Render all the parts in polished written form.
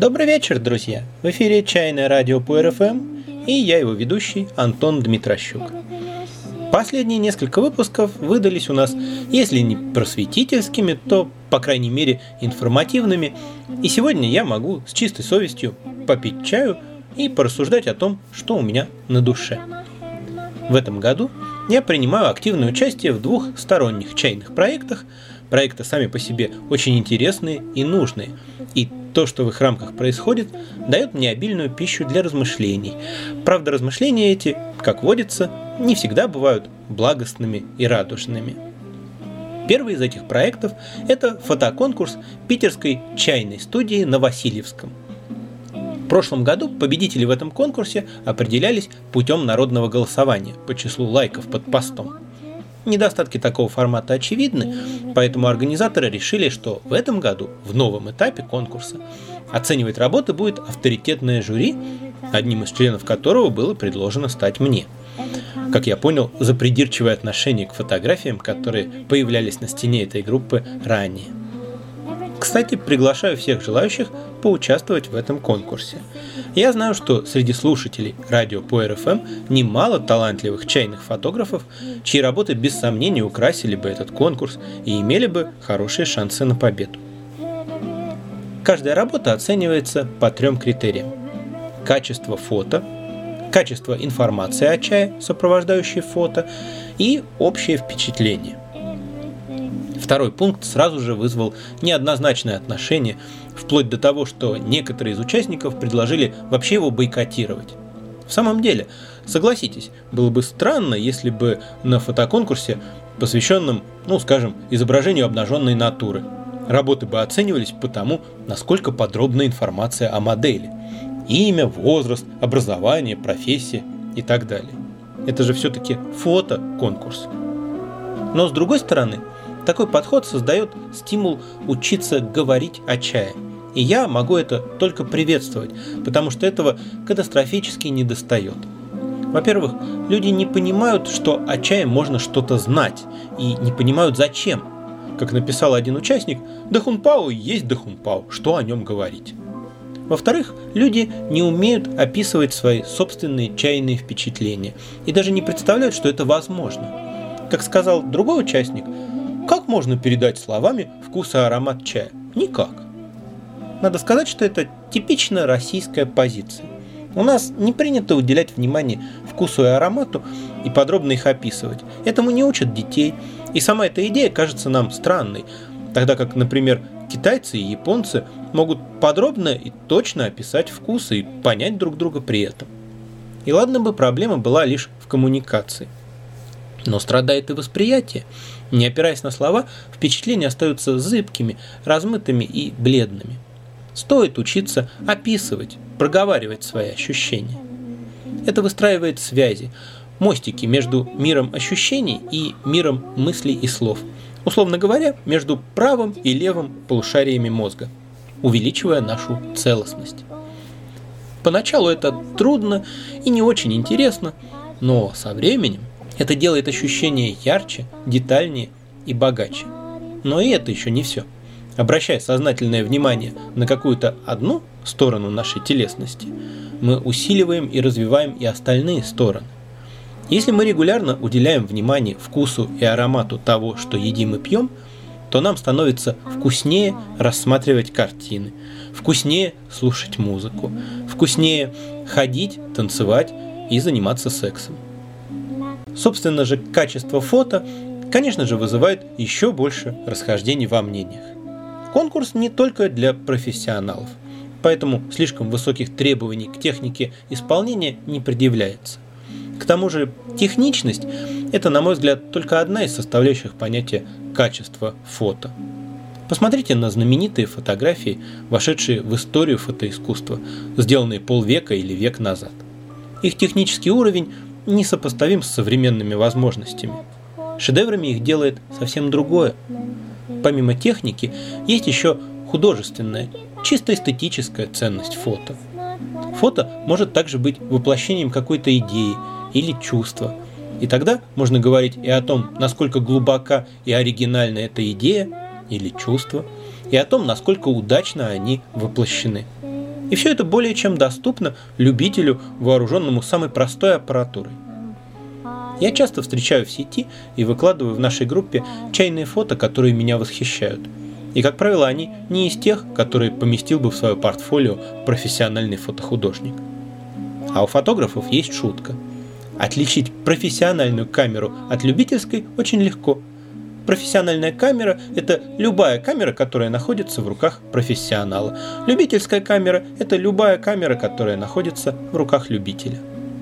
Добрый вечер, друзья! В эфире «Чайное радио» по РФМ, и я его ведущий Антон Дмитрощук. Последние несколько выпусков выдались у нас, если не просветительскими, то, по крайней мере, информативными, и сегодня я могу с чистой совестью попить чаю и порассуждать о том, что у меня на душе. В этом году я принимаю активное участие в двух сторонних чайных проектах. Проекты сами по себе очень интересные и нужные, и то, что в их рамках происходит, дает мне обильную пищу для размышлений. Правда, размышления эти, как водится, не всегда бывают благостными и радужными. Первый из этих проектов – это фотоконкурс питерской чайной студии на Васильевском. В прошлом году победители в этом конкурсе определялись путем народного голосования по числу лайков под постом. Недостатки такого формата очевидны, поэтому организаторы решили, что в этом году, в новом этапе конкурса, оценивать работы будет авторитетное жюри, одним из членов которого было предложено стать мне. Как я понял, за придирчивое отношение к фотографиям, которые появлялись на стене этой группы ранее. Кстати, приглашаю всех желающих поучаствовать в этом конкурсе. Я знаю, что среди слушателей радио по РФМ немало талантливых чайных фотографов, чьи работы без сомнения украсили бы этот конкурс и имели бы хорошие шансы на победу. Каждая работа оценивается по 3 критериям: качество фото, качество информации о чае, сопровождающей фото, и общее впечатление. Второй пункт сразу же вызвал неоднозначное отношение, вплоть до того, что некоторые из участников предложили вообще его бойкотировать. В самом деле, согласитесь, было бы странно, если бы на фотоконкурсе, посвященном, изображению обнаженной натуры, работы бы оценивались по тому, насколько подробна информация о модели: имя, возраст, образование, профессия и так далее. Это же все-таки фотоконкурс. Но с другой стороны, такой подход создает стимул учиться говорить о чае. И я могу это только приветствовать, потому что этого катастрофически недостает. Во-первых, люди не понимают, что о чае можно что-то знать, и не понимают зачем. Как написал один участник, дахунпао есть дахунпао, что о нем говорить. Во-вторых, люди не умеют описывать свои собственные чайные впечатления и даже не представляют, что это возможно. Как сказал другой участник, как можно передать словами вкус и аромат чая? Никак. Надо сказать, что это типично российская позиция. У нас не принято уделять внимание вкусу и аромату и подробно их описывать. Этому не учат детей, и сама эта идея кажется нам странной, тогда как, например, китайцы и японцы могут подробно и точно описать вкусы и понять друг друга при этом. И ладно бы проблема была лишь в коммуникации. Но страдает и восприятие. Не опираясь на слова, впечатления остаются зыбкими, размытыми и бледными. Стоит учиться описывать, проговаривать свои ощущения. Это выстраивает связи, мостики между миром ощущений и миром мыслей и слов. Условно говоря, между правым и левым полушариями мозга, увеличивая нашу целостность. Поначалу это трудно и не очень интересно, но со временем это делает ощущения ярче, детальнее и богаче. Но и это еще не все. Обращая сознательное внимание на какую-то одну сторону нашей телесности, мы усиливаем и развиваем и остальные стороны. Если мы регулярно уделяем внимание вкусу и аромату того, что едим и пьем, то нам становится вкуснее рассматривать картины, вкуснее слушать музыку, вкуснее ходить, танцевать и заниматься сексом. Собственно же, качество фото, конечно же, вызывает еще больше расхождений во мнениях. Конкурс не только для профессионалов, поэтому слишком высоких требований к технике исполнения не предъявляется. К тому же техничность – это, на мой взгляд, только одна из составляющих понятия качества фото. Посмотрите на знаменитые фотографии, вошедшие в историю фотоискусства, сделанные полвека или век назад. Их технический уровень несопоставим с современными возможностями. Шедеврами их делает совсем другое. Помимо техники, есть еще художественная, чисто эстетическая ценность фото. Фото может также быть воплощением какой-то идеи или чувства. И тогда можно говорить и о том, насколько глубока и оригинальна эта идея или чувство, и о том, насколько удачно они воплощены. И все это более чем доступно любителю, вооруженному самой простой аппаратурой. Я часто встречаю в сети и выкладываю в нашей группе чайные фото, которые меня восхищают. И, как правило, они не из тех, которые поместил бы в свое портфолио профессиональный фотохудожник. А у фотографов есть шутка. Отличить профессиональную камеру от любительской очень легко. Профессиональная камера – это любая камера, которая находится в руках профессионала. Любительская камера – это любая камера, которая находится в руках любителя.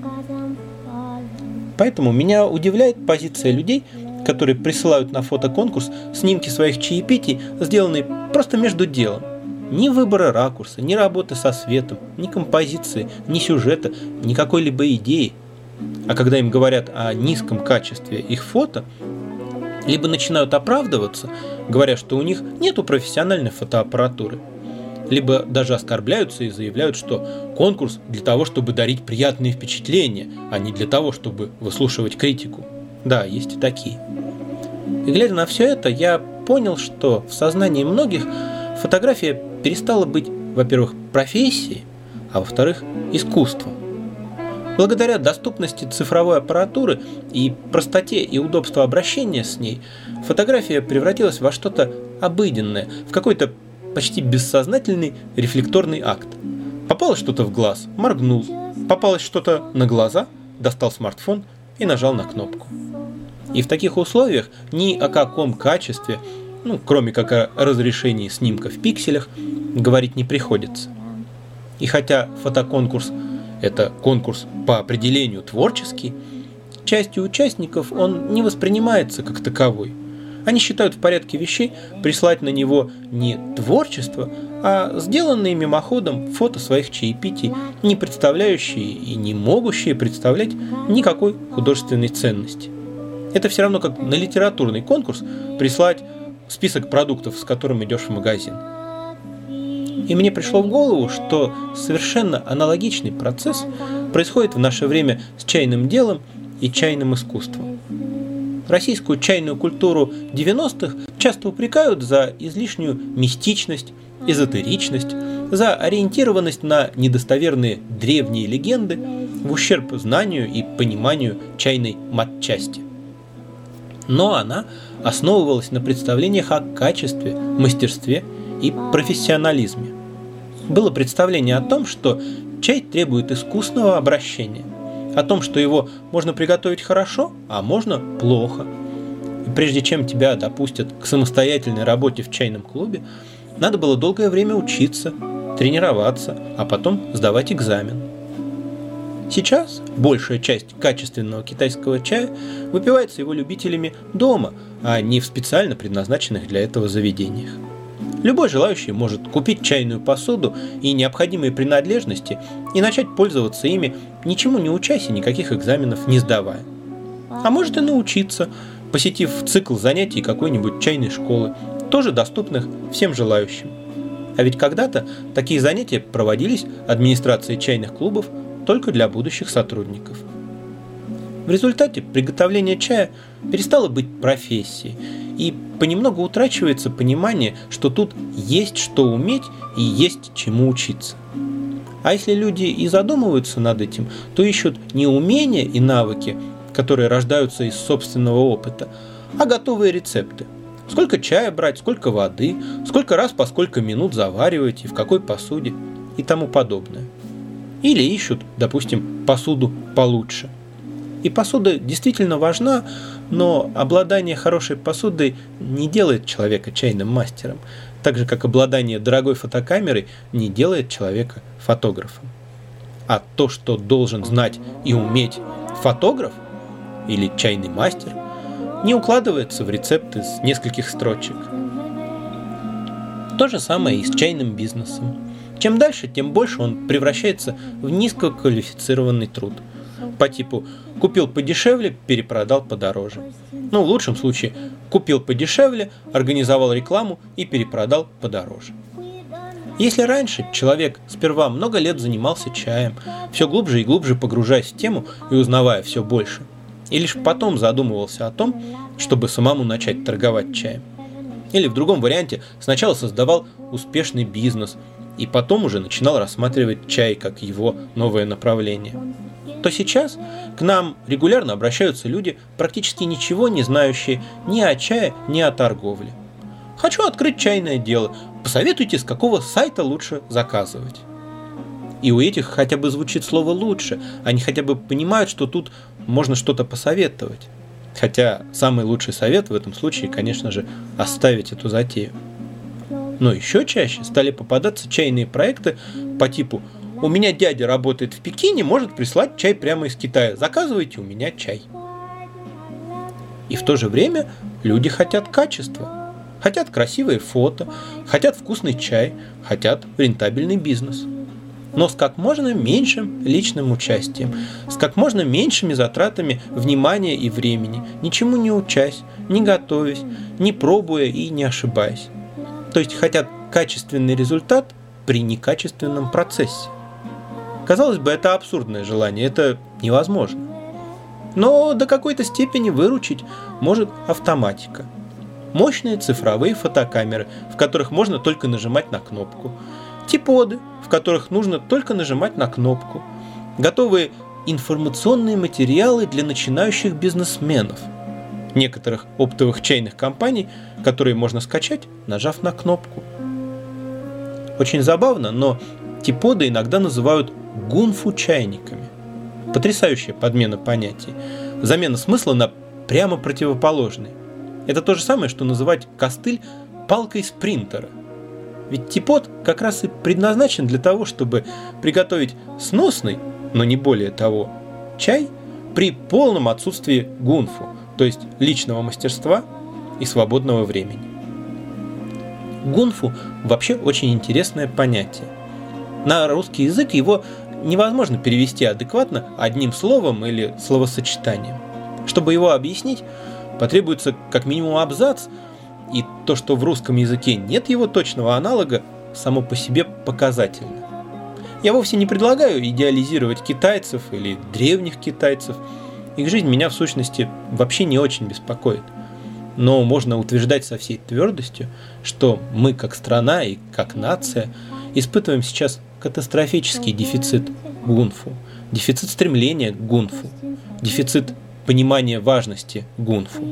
Поэтому меня удивляет позиция людей, которые присылают на фотоконкурс снимки своих чаепитий, сделанные просто между делом. Ни выбора ракурса, ни работы со светом, ни композиции, ни сюжета, ни какой-либо идеи. А когда им говорят о низком качестве их фото, либо начинают оправдываться, говоря, что у них нету профессиональной фотоаппаратуры, либо даже оскорбляются и заявляют, что конкурс для того, чтобы дарить приятные впечатления, а не для того, чтобы выслушивать критику. Да, есть и такие. И глядя на все это, я понял, что в сознании многих фотография перестала быть, во-первых, профессией, а во-вторых, искусством. Благодаря доступности цифровой аппаратуры и простоте и удобству обращения с ней, фотография превратилась во что-то обыденное, в какой-то почти бессознательный рефлекторный акт. Попалось что-то в глаз, моргнул, попалось что-то на глаза, достал смартфон и нажал на кнопку. И в таких условиях ни о каком качестве, кроме как о разрешении снимка в пикселях, говорить не приходится. И хотя фотоконкурс – это конкурс по определению творческий, частью участников он не воспринимается как таковой. Они считают в порядке вещей прислать на него не творчество, а сделанные мимоходом фото своих чаепитий, не представляющие и не могущие представлять никакой художественной ценности. Это все равно как на литературный конкурс прислать список продуктов, с которым идешь в магазин. И мне пришло в голову, что совершенно аналогичный процесс происходит в наше время с чайным делом и чайным искусством. Российскую чайную культуру 90-х часто упрекают за излишнюю мистичность, эзотеричность, за ориентированность на недостоверные древние легенды в ущерб знанию и пониманию чайной матчасти. Но она основывалась на представлениях о качестве, мастерстве и профессионализме. Было представление о том, что чай требует искусного обращения, о том, что его можно приготовить хорошо, а можно плохо. И прежде чем тебя допустят к самостоятельной работе в чайном клубе, надо было долгое время учиться, тренироваться, а потом сдавать экзамен. Сейчас большая часть качественного китайского чая выпивается его любителями дома, а не в специально предназначенных для этого заведениях. Любой желающий может купить чайную посуду и необходимые принадлежности и начать пользоваться ими, ничему не учась и никаких экзаменов не сдавая. А может и научиться, посетив цикл занятий какой-нибудь чайной школы, тоже доступных всем желающим. А ведь когда-то такие занятия проводились администрацией чайных клубов только для будущих сотрудников. В результате приготовление чая перестало быть профессией, и понемногу утрачивается понимание, что тут есть что уметь и есть чему учиться. А если люди и задумываются над этим, то ищут не умения и навыки, которые рождаются из собственного опыта, а готовые рецепты. Сколько чая брать, сколько воды, сколько раз по сколько минут заваривать и в какой посуде и тому подобное. Или ищут, допустим, посуду получше. И посуда действительно важна, но обладание хорошей посудой не делает человека чайным мастером, так же, как обладание дорогой фотокамерой не делает человека фотографом. А то, что должен знать и уметь фотограф или чайный мастер, не укладывается в рецепт из нескольких строчек. То же самое и с чайным бизнесом. Чем дальше, тем больше он превращается в низкоквалифицированный труд. По типу «купил подешевле, перепродал подороже». В лучшем случае купил подешевле, организовал рекламу и перепродал подороже. Если раньше человек сперва много лет занимался чаем, все глубже и глубже погружаясь в тему и узнавая все больше, и лишь потом задумывался о том, чтобы самому начать торговать чаем. Или в другом варианте сначала создавал успешный бизнес и потом уже начинал рассматривать чай как его новое направление, то сейчас к нам регулярно обращаются люди, практически ничего не знающие ни о чае, ни о торговле. «Хочу открыть чайное дело. Посоветуйте, с какого сайта лучше заказывать». И у этих хотя бы звучит слово «лучше», они хотя бы понимают, что тут можно что-то посоветовать. Хотя самый лучший совет в этом случае, конечно же, оставить эту затею. Но еще чаще стали попадаться чайные проекты по типу «У меня дядя работает в Пекине, может прислать чай прямо из Китая. Заказывайте у меня чай». И в то же время люди хотят качества. Хотят красивые фото, хотят вкусный чай, хотят рентабельный бизнес. Но с как можно меньшим личным участием, с как можно меньшими затратами внимания и времени, ничему не учась, не готовясь, не пробуя и не ошибаясь. То есть хотят качественный результат при некачественном процессе. Казалось бы, это абсурдное желание, это невозможно. Но до какой-то степени выручить может автоматика. Мощные цифровые фотокамеры, в которых можно только нажимать на кнопку. Типоды, в которых нужно только нажимать на кнопку. Готовые информационные материалы для начинающих бизнесменов. Некоторых оптовых чайных компаний, которые можно скачать, нажав на кнопку. Очень забавно, но типоды иногда называют гунфу чайниками. Потрясающая подмена понятий. Замена смысла на прямо противоположный. Это то же самое, что называть костыль палкой спринтера. Ведь типод как раз и предназначен для того, чтобы приготовить сносный, но не более того, чай при полном отсутствии гунфу, то есть личного мастерства и свободного времени. Гунфу вообще очень интересное понятие. На русский язык его невозможно перевести адекватно одним словом или словосочетанием. Чтобы его объяснить, потребуется как минимум абзац, и то, что в русском языке нет его точного аналога, само по себе показательно. Я вовсе не предлагаю идеализировать китайцев или древних китайцев. Их жизнь меня в сущности вообще не очень беспокоит. Но можно утверждать со всей твердостью, что мы как страна и как нация испытываем сейчас катастрофический дефицит гунфу, дефицит стремления к гунфу, дефицит понимания важности гунфу.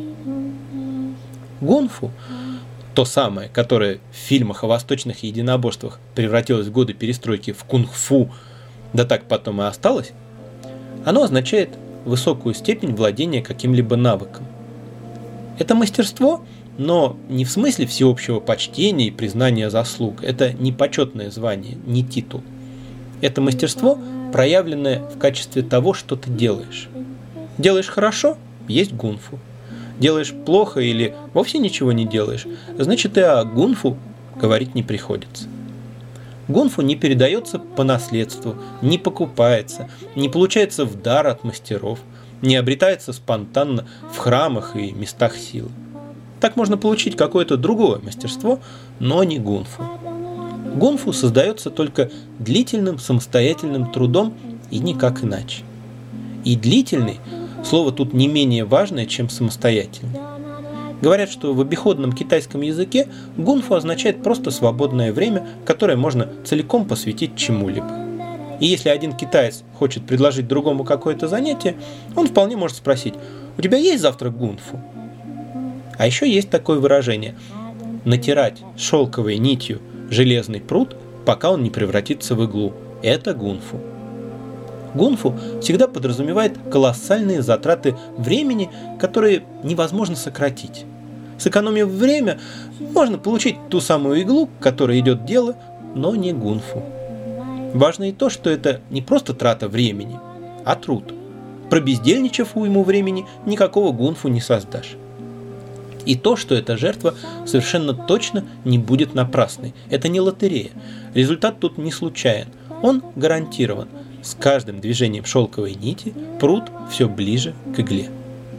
Гунфу, то самое, которое в фильмах о восточных единоборствах превратилось в годы перестройки в кунг-фу, да так потом и осталось, оно означает высокую степень владения каким-либо навыком. Это мастерство, но не в смысле всеобщего почтения и признания заслуг. Это не почетное звание, не титул. Это мастерство, проявленное в качестве того, что ты делаешь. Делаешь хорошо – есть гунфу. Делаешь плохо или вовсе ничего не делаешь, значит и о гунфу говорить не приходится. Гунфу не передается по наследству, не покупается, не получается в дар от мастеров, не обретается спонтанно в храмах и местах силы. Так можно получить какое-то другое мастерство, но не гунфу. Гунфу создается только длительным самостоятельным трудом и никак иначе. И длительный – слово тут не менее важное, чем самостоятельный. Говорят, что в обиходном китайском языке гунфу означает просто свободное время, которое можно целиком посвятить чему-либо. И если один китаец хочет предложить другому какое-то занятие, он вполне может спросить: «У тебя есть завтра гунфу?» А еще есть такое выражение – натирать шелковой нитью железный прут, пока он не превратится в иглу. Это гунфу. Гунфу всегда подразумевает колоссальные затраты времени, которые невозможно сократить. Сэкономив время, можно получить ту самую иглу, к которой идет дело, но не гунфу. Важно и то, что это не просто трата времени, а труд. Пробездельничав уйму времени, никакого гунфу не создашь. И то, что эта жертва совершенно точно не будет напрасной. Это не лотерея. Результат тут не случайен. Он гарантирован. С каждым движением шелковой нити прут все ближе к игле.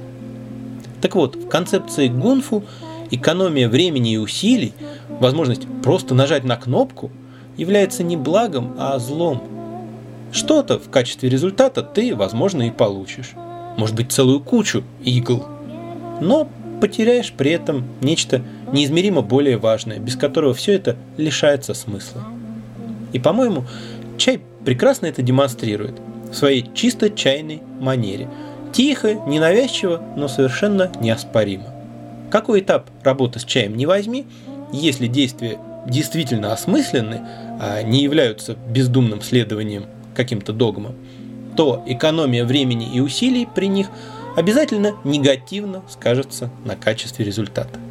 Так вот, в концепции гунфу экономия времени и усилий, возможность просто нажать на кнопку, является не благом, а злом. Что-то в качестве результата ты, возможно, и получишь. Может быть, целую кучу игл. Но потеряешь при этом нечто неизмеримо более важное, без которого все это лишается смысла. И, по-моему, чай прекрасно это демонстрирует в своей чисто чайной манере. Тихо, ненавязчиво, но совершенно неоспоримо. Какой этап работы с чаем не возьми, если действия действительно осмысленны, а не являются бездумным следованием каким-то догмам, то экономия времени и усилий при них обязательно негативно скажется на качестве результата.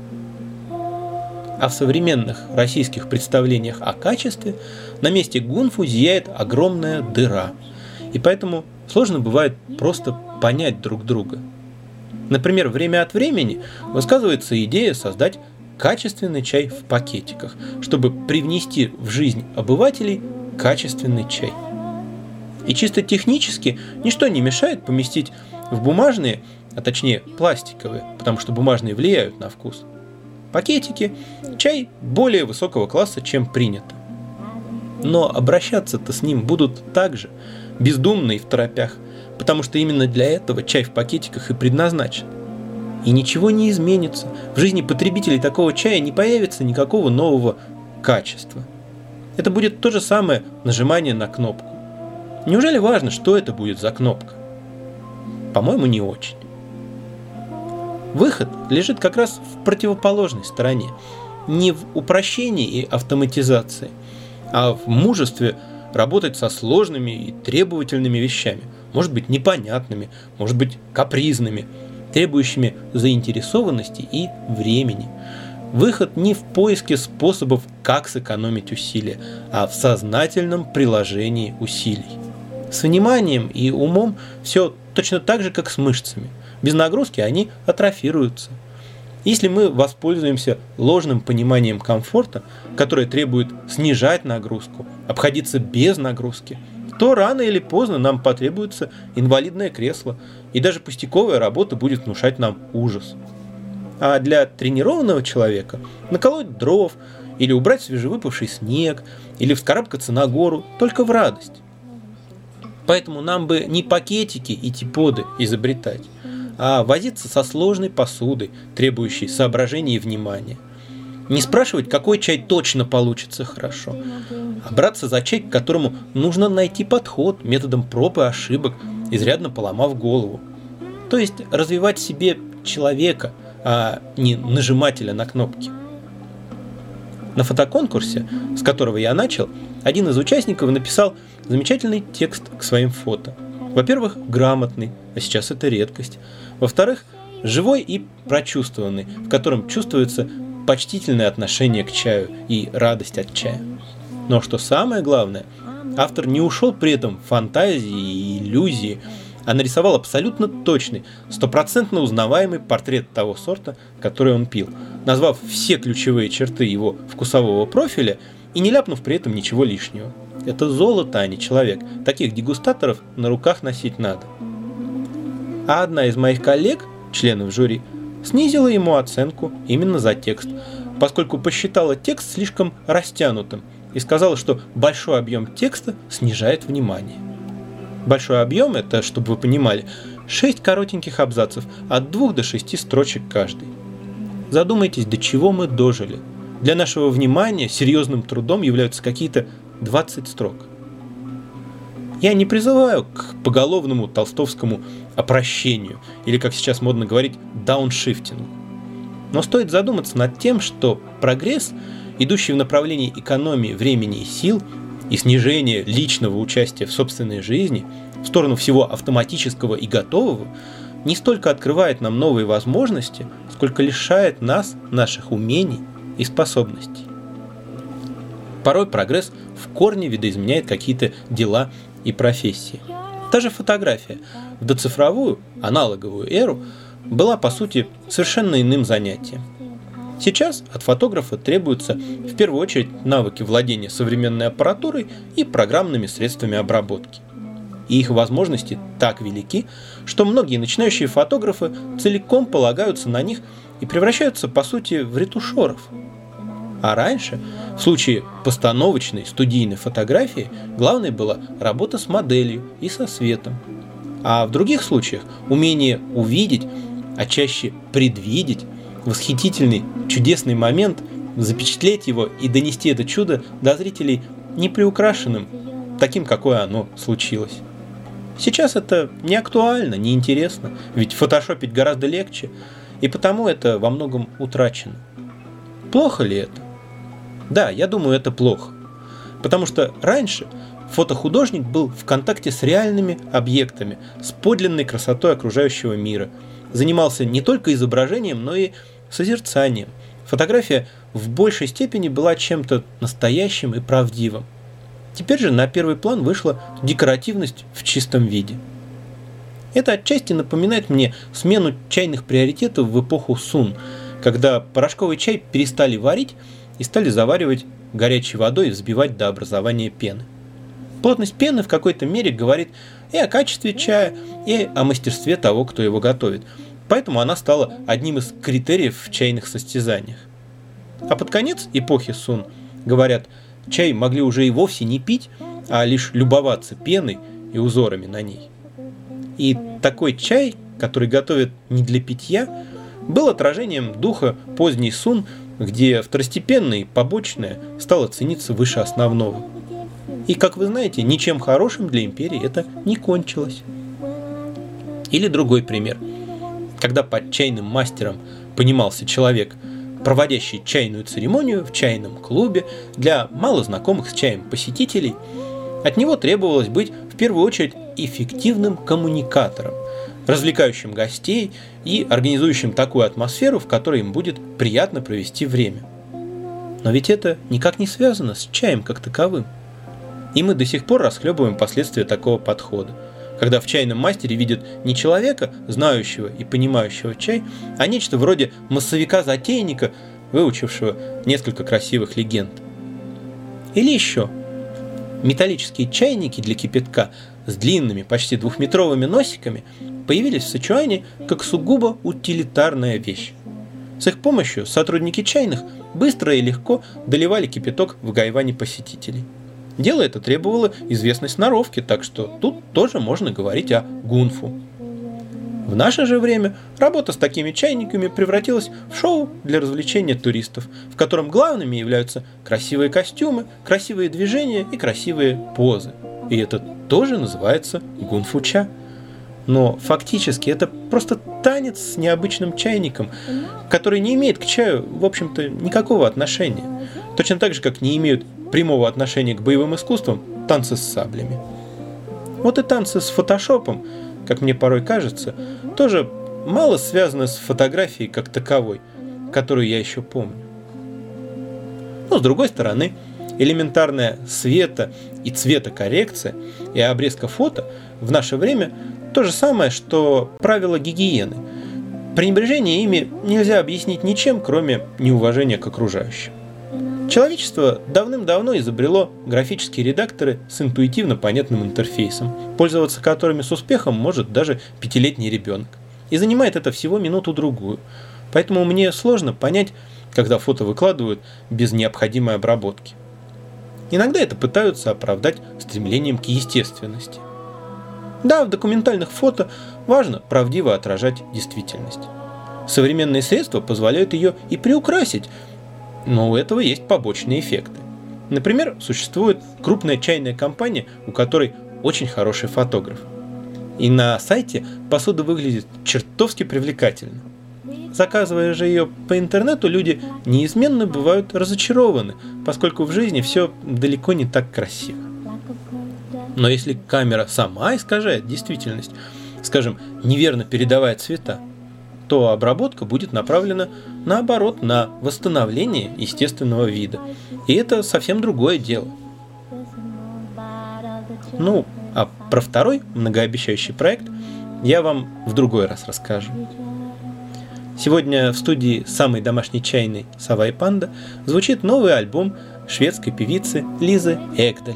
А в современных российских представлениях о качестве на месте гунфу зияет огромная дыра, и поэтому сложно бывает просто понять друг друга. Например, время от времени высказывается идея создать качественный чай в пакетиках, чтобы привнести в жизнь обывателей качественный чай. И чисто технически ничто не мешает поместить в бумажные, а точнее пластиковые, потому что бумажные влияют на вкус, пакетики чай более высокого класса, чем принято. Но обращаться-то с ним будут так же, бездумно и второпях, потому что именно для этого чай в пакетиках и предназначен. И ничего не изменится. В жизни потребителей такого чая не появится никакого нового качества. Это будет то же самое нажимание на кнопку. Неужели важно, что это будет за кнопка? По-моему, не очень. Выход лежит как раз в противоположной стороне. Не в упрощении и автоматизации, а в мужестве работать со сложными и требовательными вещами. Может быть, непонятными, может быть, капризными, требующими заинтересованности и времени. Выход не в поиске способов, как сэкономить усилия, а в сознательном приложении усилий. С вниманием и умом все точно так же, как с мышцами. Без нагрузки они атрофируются. Если мы воспользуемся ложным пониманием комфорта, которое требует снижать нагрузку, обходиться без нагрузки, то рано или поздно нам потребуется инвалидное кресло, и даже пустяковая работа будет внушать нам ужас. А для тренированного человека наколоть дров, или убрать свежевыпавший снег, или вскарабкаться на гору только в радость. Поэтому нам бы не пакетики и типоды изобретать, а возиться со сложной посудой, требующей соображения и внимания. Не спрашивать, какой чай точно получится хорошо, а браться за чай, к которому нужно найти подход методом проб и ошибок, изрядно поломав голову. То есть развивать в себе человека, а не нажимателя на кнопки. На фотоконкурсе, с которого я начал, один из участников написал замечательный текст к своим фото. Во-первых, грамотный, а сейчас это редкость. Во-вторых, живой и прочувствованный, в котором чувствуется почтительное отношение к чаю и радость от чая. Но что самое главное, автор не ушел при этом в фантазии и иллюзии, а нарисовал абсолютно точный, стопроцентно узнаваемый портрет того сорта, который он пил, назвав все ключевые черты его вкусового профиля и не ляпнув при этом ничего лишнего. Это золото, а не человек. Таких дегустаторов на руках носить надо. А одна из моих коллег, членов жюри, снизила ему оценку именно за текст, поскольку посчитала текст слишком растянутым и сказала, что большой объем текста снижает внимание. Большой объем – это, чтобы вы понимали, 6 коротеньких абзацев от 2 до 6 строчек каждый. Задумайтесь, до чего мы дожили. Для нашего внимания серьезным трудом являются какие-то 20 строк. Я не призываю к поголовному толстовскому опрощению, или, как сейчас модно говорить, дауншифтингу. Но стоит задуматься над тем, что прогресс, идущий в направлении экономии времени и сил и снижения личного участия в собственной жизни, в сторону всего автоматического и готового, не столько открывает нам новые возможности, сколько лишает нас наших умений и способностей. Порой прогресс в корне видоизменяет какие-то дела и профессии. Та же фотография в доцифровую, аналоговую эру была, по сути, совершенно иным занятием. Сейчас от фотографа требуются в первую очередь навыки владения современной аппаратурой и программными средствами обработки. И их возможности так велики, что многие начинающие фотографы целиком полагаются на них и превращаются, по сути, в ретушеров. А раньше, в случае постановочной студийной фотографии, главной была работа с моделью и со светом. А в других случаях умение увидеть, а чаще предвидеть восхитительный, чудесный момент, запечатлеть его и донести это чудо до зрителей неприукрашенным, таким, какое оно случилось. Сейчас это не актуально, не интересно, ведь фотошопить гораздо легче, и потому это во многом утрачено. Плохо ли это? Да, я думаю, это плохо. Потому что раньше фотохудожник был в контакте с реальными объектами, с подлинной красотой окружающего мира. Занимался не только изображением, но и созерцанием. Фотография в большей степени была чем-то настоящим и правдивым. Теперь же на первый план вышла декоративность в чистом виде. Это отчасти напоминает мне смену чайных приоритетов в эпоху Сун, когда порошковый чай перестали варить и стали заваривать горячей водой и взбивать до образования пены. Плотность пены в какой-то мере говорит и о качестве чая, и о мастерстве того, кто его готовит. Поэтому она стала одним из критериев в чайных состязаниях. А под конец эпохи Сун, говорят, чай могли уже и вовсе не пить, а лишь любоваться пеной и узорами на ней. И такой чай, который готовят не для питья, был отражением духа поздней Сун, где второстепенное и побочное стало цениться выше основного. И, как вы знаете, ничем хорошим для империи это не кончилось. Или другой пример. Когда под чайным мастером понимался человек, проводящий чайную церемонию в чайном клубе для малознакомых с чаем посетителей, от него требовалось быть в первую очередь эффективным коммуникатором, развлекающим гостей и организующим такую атмосферу, в которой им будет приятно провести время. Но ведь это никак не связано с чаем как таковым. И мы до сих пор расхлебываем последствия такого подхода, когда в чайном мастере видят не человека, знающего и понимающего чай, а нечто вроде массовика-затейника, выучившего несколько красивых легенд. Или еще. Металлические чайники для кипятка с длинными, почти двухметровыми носиками появились в Сычуане как сугубо утилитарная вещь. С их помощью сотрудники чайных быстро и легко доливали кипяток в гайване посетителей. Дело это требовало известной сноровки, так что тут тоже можно говорить о гунфу. В наше же время работа с такими чайниками превратилась в шоу для развлечения туристов, в котором главными являются красивые костюмы, красивые движения и красивые позы. И это тоже называется гунфу-ча. Но фактически это просто танец с необычным чайником, который не имеет к чаю, в общем-то, никакого отношения. Точно так же, как не имеют прямого отношения к боевым искусствам танцы с саблями. Вот и танцы с фотошопом, как мне порой кажется, тоже мало связаны с фотографией как таковой, которую я еще помню. Но с другой стороны, элементарная света и цветокоррекция и обрезка фото в наше время то же самое, что правила гигиены. Пренебрежение ими нельзя объяснить ничем, кроме неуважения к окружающим. Человечество давным-давно изобрело графические редакторы с интуитивно понятным интерфейсом, пользоваться которыми с успехом может даже 5-летний ребенок. И занимает это всего минуту-другую. Поэтому мне сложно понять, когда фото выкладывают без необходимой обработки. Иногда это пытаются оправдать стремлением к естественности. Да, в документальных фото важно правдиво отражать действительность. Современные средства позволяют ее и приукрасить, но у этого есть побочные эффекты. Например, существует крупная чайная компания, у которой очень хороший фотограф. И на сайте посуда выглядит чертовски привлекательно. Заказывая же ее по интернету, люди неизменно бывают разочарованы, поскольку в жизни все далеко не так красиво. Но если камера сама искажает действительность, скажем, неверно передавая цвета, то обработка будет направлена, наоборот, на восстановление естественного вида. И это совсем другое дело. Ну, а про второй многообещающий проект я вам в другой раз расскажу. Сегодня в студии самой домашней чайной «Сова и панда» звучит новый альбом шведской певицы Лизы Экдаль.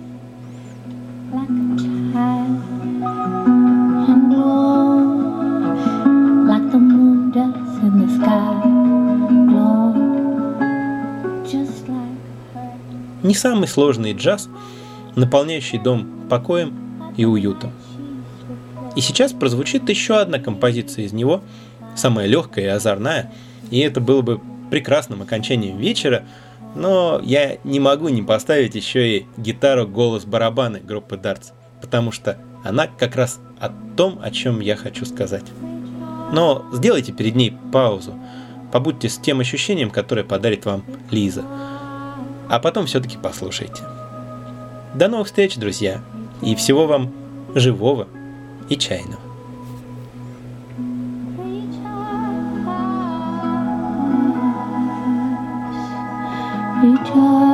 Не самый сложный джаз, наполняющий дом покоем и уютом. И сейчас прозвучит еще одна композиция из него, самая легкая и озорная, и это было бы прекрасным окончанием вечера, Но я не могу не поставить еще и гитару, голос, барабаны группы Darts, потому что она как раз о том, о чем я хочу сказать. Но сделайте перед ней паузу, побудьте с тем ощущением, которое подарит вам Лиза, а потом все-таки послушайте. До новых встреч, друзья, и всего вам живого и чайного. Rejoice.